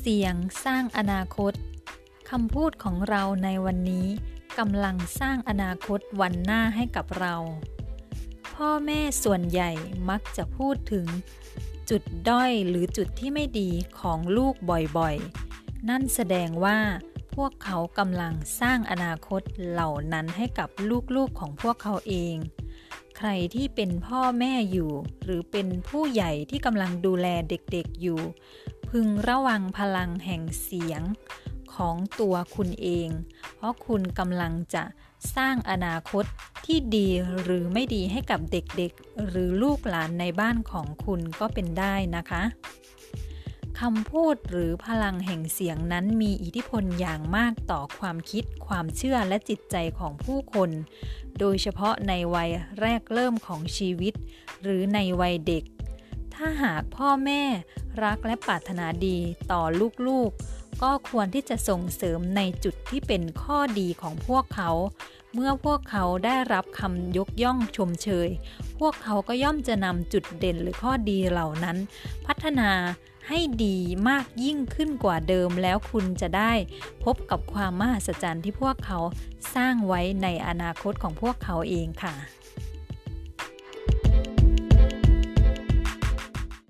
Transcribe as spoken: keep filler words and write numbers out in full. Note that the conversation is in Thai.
เสียงสร้างอนาคตคำพูดของเราในวันนี้กำลังสร้างอนาคตวันหน้าให้กับเราพ่อแม่ส่วนใหญ่มักจะพูดถึงจุดด้อยหรือจุดที่ไม่ดีของลูกบ่อยๆนั่นแสดงว่าพวกเขากำลังสร้างอนาคตเหล่านั้นให้กับลูกๆของพวกเขาเองใครที่เป็นพ่อแม่อยู่หรือเป็นผู้ใหญ่ที่กำลังดูแลเด็กๆอยู่พึงระวังพลังแห่งเสียงของตัวคุณเองเพราะคุณกำลังจะสร้างอนาคตที่ดีหรือไม่ดีให้กับเด็กๆหรือลูกหลานในบ้านของคุณก็เป็นได้นะคะคำพูดหรือพลังแห่งเสียงนั้นมีอิทธิพลอย่างมากต่อความคิดความเชื่อและจิตใจของผู้คนโดยเฉพาะในวัยแรกเริ่มของชีวิตหรือในวัยเด็กถ้าหากพ่อแม่รักและปรารถนาดีต่อลูกๆก็ควรที่จะส่งเสริมในจุดที่เป็นข้อดีของพวกเขาเมื่อพวกเขาได้รับคำยกย่องชมเชยพวกเขาก็ย่อมจะนำจุดเด่นหรือข้อดีเหล่านั้นพัฒนาให้ดีมากยิ่งขึ้นกว่าเดิมแล้วคุณจะได้พบกับความมหัศจรรย์ที่พวกเขาสร้างไว้ในอนาคตของพวกเขาเองค่ะ